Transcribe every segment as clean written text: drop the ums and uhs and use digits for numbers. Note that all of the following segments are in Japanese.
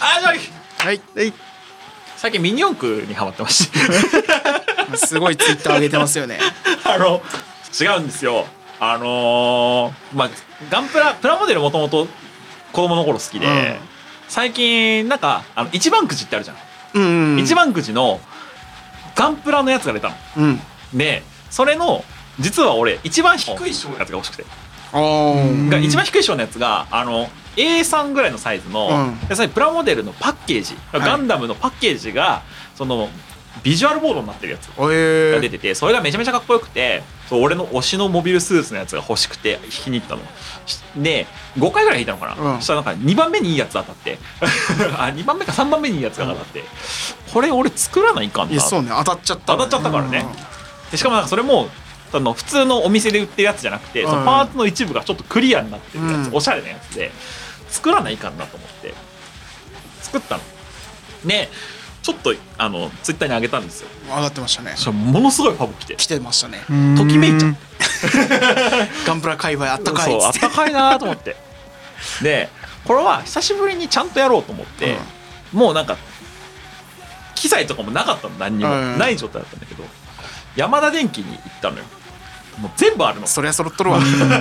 はい、 最近ミニ四駆にハマってましてすごいツイッター上げてますよね違うんですよ。まあガンプラモデルもともと子供の頃好きで、最近なんか一番くじってあるじゃん、一番くじのガンプラのやつが出たの、でそれの実は俺一番低い章のやつが欲しくて、一番低い章のやつがA3 ぐらいのサイズの、でそれプラモデルのパッケージ、ガンダムのパッケージがそのビジュアルボードになってるやつが出てて、それがめちゃめちゃかっこよくて、俺の推しのモビルスーツのやつが欲しくて引きに行ったので、5回ぐらい引いたのかな、そしたらなんか2番目にいいやつ当たって2番目か3番目にいいやつが当たって、これ俺作らないかんな。 そうね、当たっちゃったからね、でしかもなんかそれも普通のお店で売ってるやつじゃなくて、そのパーツの一部がちょっとクリアになってるやつ、おしゃれなやつで作らないかんなと思って作ったので、ちょっとツイッターに上げたんですよ。 上がってましたね。 ものすごいファブ来てましたね。 ときめいちゃってガンプラ界隈あったかいっつって、 あったかいなと思ってでこれは久しぶりにちゃんとやろうと思って、もうなんか機材とかもなかったの、何にもない状態だったんだけど、ヤマダ電機に行ったのよ。もう全部あるの。 そりゃ揃っとるわ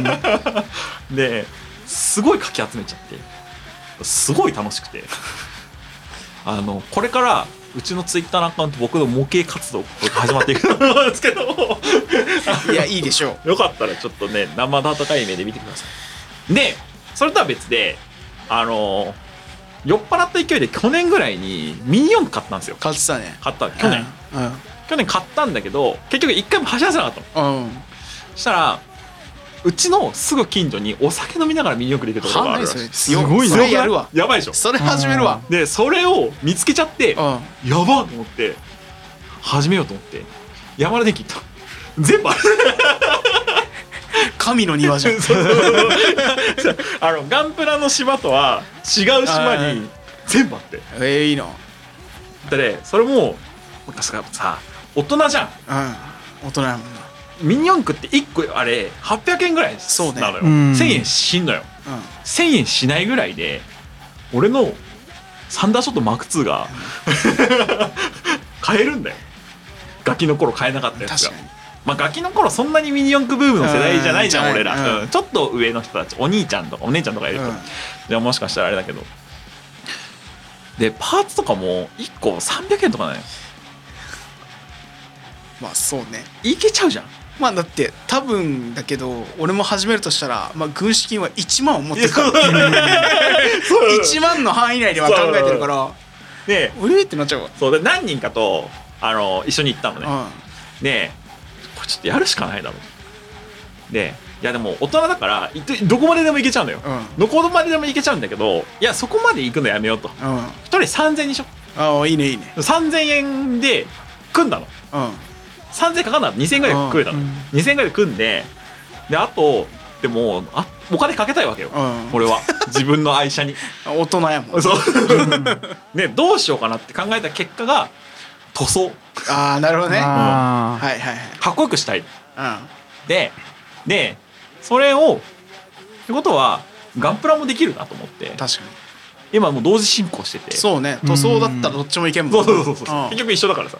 ですごいかき集めちゃって、すごい楽しくてこれからうちのツイッターのアカウント、僕の模型活動が始まっていくと思うんですけどいや、いいでしょう。よかったらちょっとね、生温かい目で見てください。でそれとは別で酔っ払った勢いで去年ぐらいにミニ四駆買ったんですよ。 買ってたね。 買った去年、去年買ったんだけど結局一回も走らせなかったの。そしたらうちのすぐ近所にお酒飲みながらミニ四駆できるところがあるらしい。 すごいな。それやるわ。 やばいでしょ。 それ始めるわ。 でそれを見つけちゃって、やばーと思って始めようと思って山田電機行った。全部ある神の庭じゃんガンプラの島とは違う島に全部あって、 いいな。 でそれも昔からさ、大人じゃん。 大人やもんな。 ミニ四駆って1個あれ800円ぐらいなのよ。1000円しんのよ。1000円しないぐらいで俺のサンダーショットマーク2が買えるんだよ。ガキの頃買えなかったやつが。まあガキの頃そんなにミニ四駆ブームの世代じゃないじゃん俺ら。ちょっと上の人たち、お兄ちゃんとかお姉ちゃんとかいると、じゃあもしかしたらあれだけど、でパーツとかも1個300円とかね。 まあそうね、 いけちゃうじゃん。 まあだって多分だけど、俺も始めるとしたら、まあ軍資金は1万を持ってるから1万の範囲内では考えてるから、 でってなっちゃうわ。 そうで何人かと一緒に行ったのね。でこれちょっとやるしかないだろう。でいやでも大人だからどこまででも行けちゃうのよ。どこまででも行けちゃうんだけど、いやそこまで行くのやめようと。1人3000円にしよう。いいねいいね。 3000円で組んだの。3000円かかんなかった。2000円ぐらいで組めたの。2000円ぐらいで組んで、あとでもお金かけたいわけよ、俺は自分の愛車に。 大人やもん。 そうね、どうしようかなって考えた結果が塗装。 なるほどね。はいはいはい。 かっこよくしたい。でそれをってことはガンプラもできるなと思って。 確かに今もう同時進行してて。 そうね、塗装だったらどっちもいけんもん。 そう結局一緒だからさ。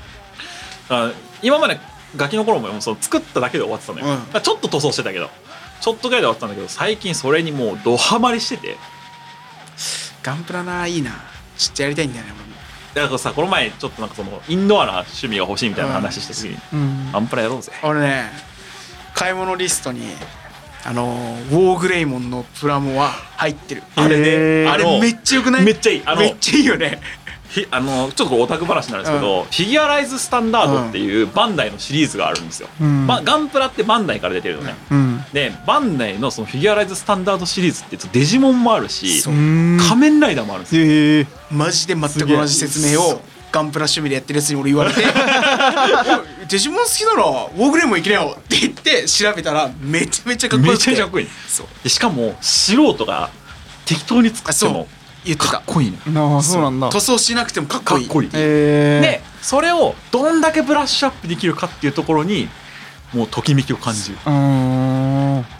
今までガキの頃もその作っただけで終わってたのよ。ちょっと塗装してたけど、ちょっとぐらいで終わってたんだけど、最近それにもうドハマりしてて。 ガンプラな、いいな。ちょっとやりたいんだよね。 だからさ、この前ちょっとなんかそのインドアな趣味が欲しいみたいな話した時に、ガンプラやろうぜ。 俺ね、買い物リストにウォーグレイモンのプラモは入ってる。あれね、あれめっちゃよくない？ めっちゃいい。 めっちゃいいよね。 ちょっとオタク話なんですけど、フィギュアライズスタンダードっていうバンダイのシリーズがあるんですよ。ガンプラってバンダイから出てるのね。でバンダイのそのフィギュアライズスタンダードシリーズってデジモンもあるし、仮面ライダーもあるんですよ。 マジで全く同じ説明をガンプラ趣味でやってるやつに俺言われてデジモン好きならウォーグレイモン行きなよって言って調べたら、めちゃめちゃかっこよくて。 めちゃめちゃかっこいい。でしかも素人が適当に作っても言ってた。 かっこいいね。 そうなんだ。 塗装しなくてもかっこいい。 かっこいい。でそれをどんだけブラッシュアップできるかっていうところにもうときめきを感じる。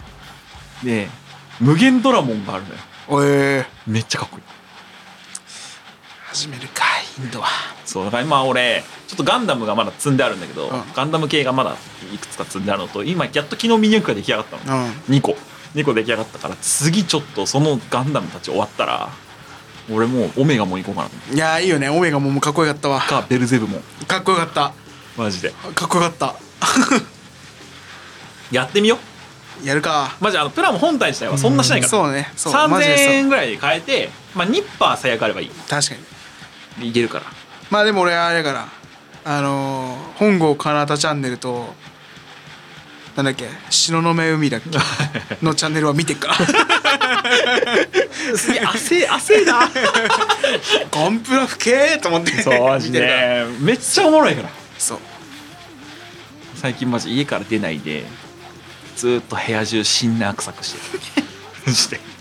で無限ドラモンがあるのよ。めっちゃかっこいい。 始めるかインドは。 そうだから今俺ちょっとガンダムがまだ積んであるんだけど、ガンダム系がまだいくつか積んであるのと、今やっと昨日ミニ四駆が出来上がったの、2個出来上がったから、次ちょっとそのガンダムたち終わったら俺もうオメガも行こうかなと思って。 いやいいよね、オメガもかっこよかったわ。 かベルゼブもかっこよかった、 マジでかっこよかったやってみよう。やるか。 マジプラモ本体自体はそんなしないから、 そうね、そう 3000円ぐらいで買えて、まあニッパー最悪あればいい、 確かにいけるから。 まあでも俺あれだから本郷奏多チャンネルとなんだっけ東雲海だっけのチャンネルは見てっからすげえ汗だガンプラ不けーと思ってそうマジでめっちゃおもろいから。 そう最近マジ家から出ないでずーっと部屋中シンナー臭くしてる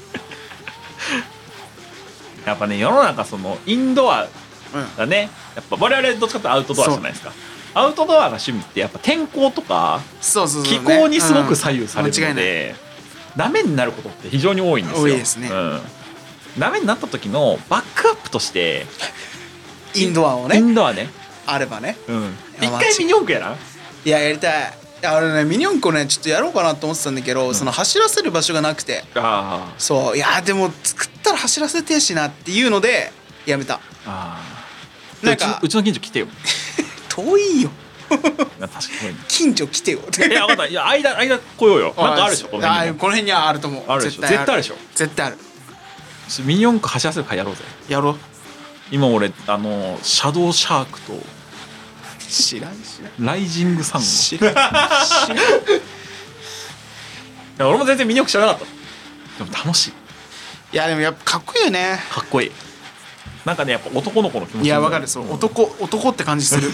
やっぱね世の中そのインドアだね、やっぱ我々どっちかというとアウトドアじゃないですか。アウトドアが趣味ってやっぱ天候とか気候にすごく左右されるので、ダメになることって非常に多いんですよ。 多いですね、 ダメになった時のバックアップとしてインドアをね、 インドアねあればね、 一回ミニ四駆やらん？ いややりたい。ミニ四駆ねちょっとやろうかなと思ってたんだけど、その走らせる場所がなくて、そういやでも作ったら走らせてえしなっていうのでやめた。 なんかうちの近所来てよ遠いよ確かに近所来てよいや分かった、いや間来ようよ。なんかあるでしょこの辺にはあると思う。 あるでしょ、絶対あるでしょ。 絶対ある。 ミニ四駆走らせる会やろうぜ。 やろう。 今俺シャドウシャークと知らんライジングサン知らんいや俺も全然ミニ四駆知らなかった。でも楽しい。 いやでもやっぱかっこいいよね。 かっこいい。なんかねやっぱ男の子の気持ち。 いやわかる、そう、男って感じする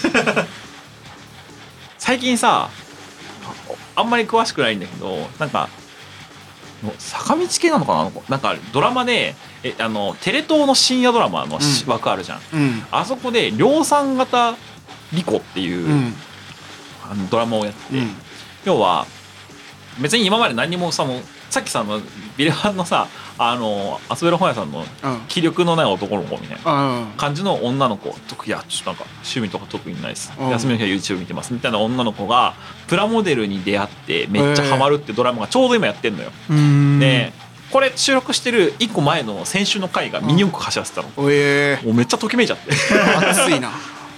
最近さあんまり詳しくないんだけど、なんか坂道系なのかな、なんかドラマでテレ東の深夜ドラマの枠あるじゃん、あそこで量産型リコっていう、ドラマをやってて、要は別に今まで何にもさ、もうさっきさビレバンのさ遊べる本屋さんの気力のない男の子みたいな感じの女の子と、いやちょっとなんか趣味とか特にないです、休みの日は YouTube 見てますみたいな女の子がプラモデルに出会ってめっちゃハマるってドラマがちょうど今やってんのよ。でこれ収録してる1個前の先週の回がミニ四駆走らせたの。もうめっちゃときめいちゃって熱いな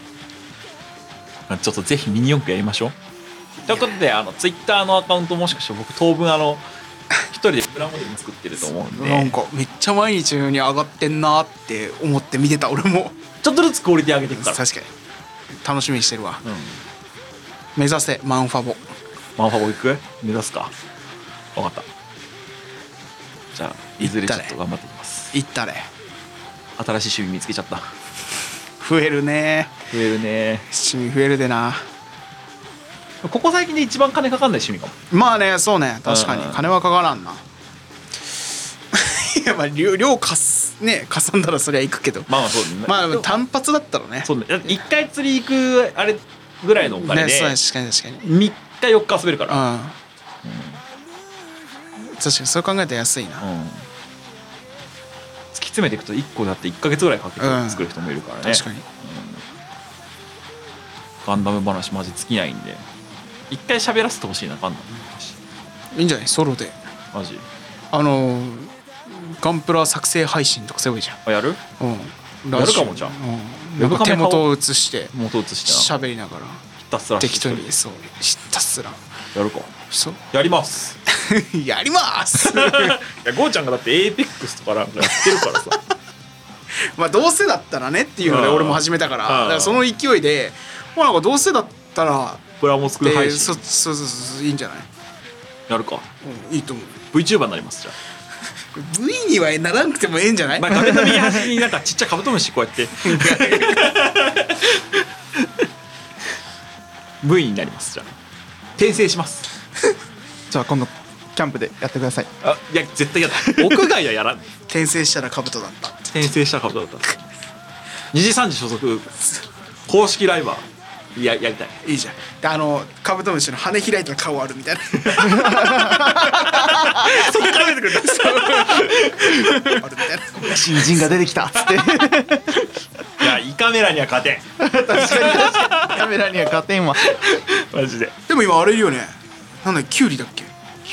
ちょっとぜひミニ四駆やりましょうということでTwitter のアカウントもしかして僕当分一人でプラモデルも作ってると思うんで、 なんかめっちゃ毎日のように上がってんなって思って見てた俺も。 ちょっとずつクオリティ上げていくから。 確かに楽しみにしてるわ、目指せマンファボ行く？目指すか。分かった。じゃあいずれちょっと頑張っていきます。 いったれ。 新しい趣味見つけちゃった。 増えるね趣味増えるでな。 ここ最近で一番金かかんない趣味かも。 まあね、そうね、確かに金はかからんな。いやまあ量かさんだらそりゃ行くけど、 まあそうね。 まあ単発だったらね。 そうね。一回釣り行くあれぐらいのお金で、 そう確かに 3日4日遊べるから。 確かにそう考えたら安いな。 突き詰めていくと1個だって1ヶ月ぐらいかけて作る人もいるからね。 確かに。 ガンダム話マジ尽きないんで一回喋らせてほしいな。ガンダムいいんじゃない、ソロで。 マジガンプラ作成配信とかすごいじゃん。 やる？やるかもじゃん。 なんか手元を映して喋りながらひたすら適当に、そうひたすらやるか。 そうやりますやりますいやゴーちゃんがだってエーペックスとかなんかやってるからさまあどうせだったらねっていうので俺も始めたから、だからその勢いでもうなんかどうせだったらプラモ作る配信、 そういいんじゃない。 やるか。 いいと思う。 VTuber になります。じゃあ V にはならなくてもええんじゃない。 画面の右端になんかちっちゃいカブトムシこうやってV になります。じゃあ転生しますじゃあ今度キャンプでやってください。 いや絶対やだ屋外はやらん転生したらカブトだった。 転生したらカブトだった2時3時所属公式ライバーやりたい。 いいじゃん。カブトムシの羽開いたら顔あるみたいなそこから出てくるんだあるみたいな新人が出てきたっつってや胃カメラには勝てん確かにカメラには勝てんわマジで。 でも今あれいるよね、なんだっけ、キュウリだっけ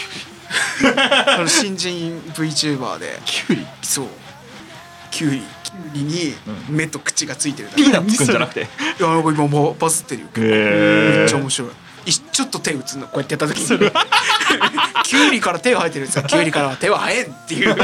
新人 VTuber でキュウリそうキュウリに目と口がついてるだけ、 ピーナッツくんじゃなくていやなんか今もうバズってるよ、めっちゃ面白い。ちょっと手打つのこうやってやった時にキュウリから手が生えてるんですよ、キュウリからは手は生えんっていう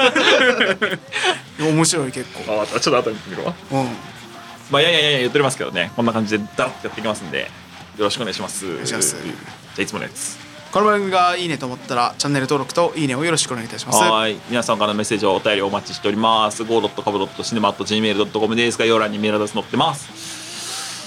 面白い結構。 あ、ちょっと後で見てみるわ。まあいや言っておりますけどね、こんな感じでダラッとやっていきますんでよろしくお願いします。 お願いします。 じゃあいつものやつ。 この番組がいいねと思ったらチャンネル登録といいねをよろしくお願いいたします。 はい、皆さんからのメッセージをお便りお待ちしております。go.kabo.cinema.gmail.com です。概要欄にメールアドレス載ってます。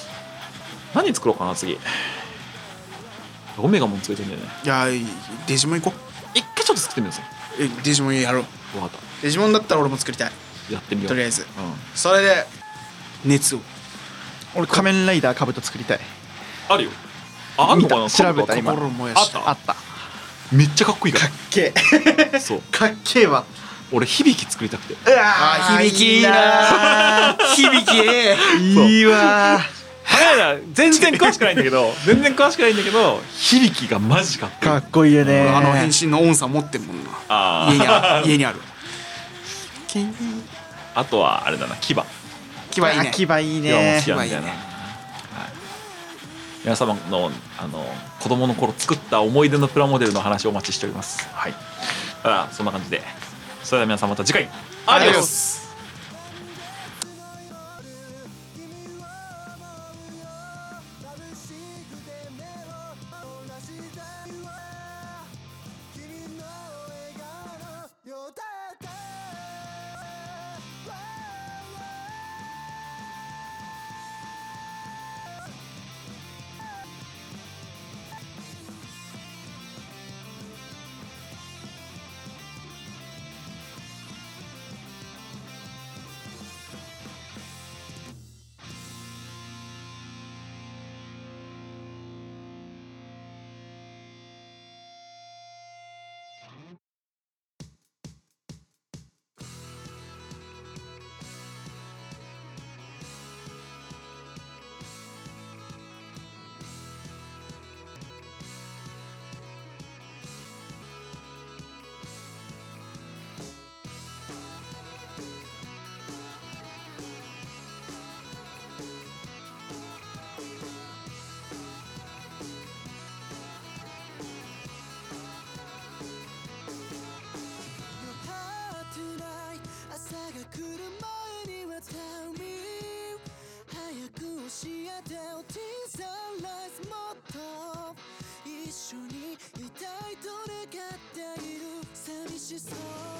何作ろうかな次。オメガも作れてるんだよね。 いやデジモン行こう。 一回ちょっと作ってみるんですよ。 デジモンやろう。 分かった。 デジモンだったら俺も作りたい。 やってみよう。 とりあえず、それで熱を。 俺仮面ライダーカブト作りたい。 あるよ。あるのかな。 調べた今。 心燃やしあっためっちゃかっこいいから。 かっけえそうかっけえわ。 俺響き作りたくて。 響きいいな響きいいわ。 全然詳しくないんだけど響きがマジかっこいい。 かっこいいよね。 あの変身の音差持ってるもんな。家にある。 あとはあれだな、牙いいね。 牙いいね。 牙も好きなんだよな。皆様の子供の頃作った思い出のプラモデルの話をお待ちしております。はい。だからそんな感じで、それでは皆さんまた次回アディオス。来る前にはタイミング早く教えてよ Teens and Lies もっと一緒にいたいと願っている寂しそう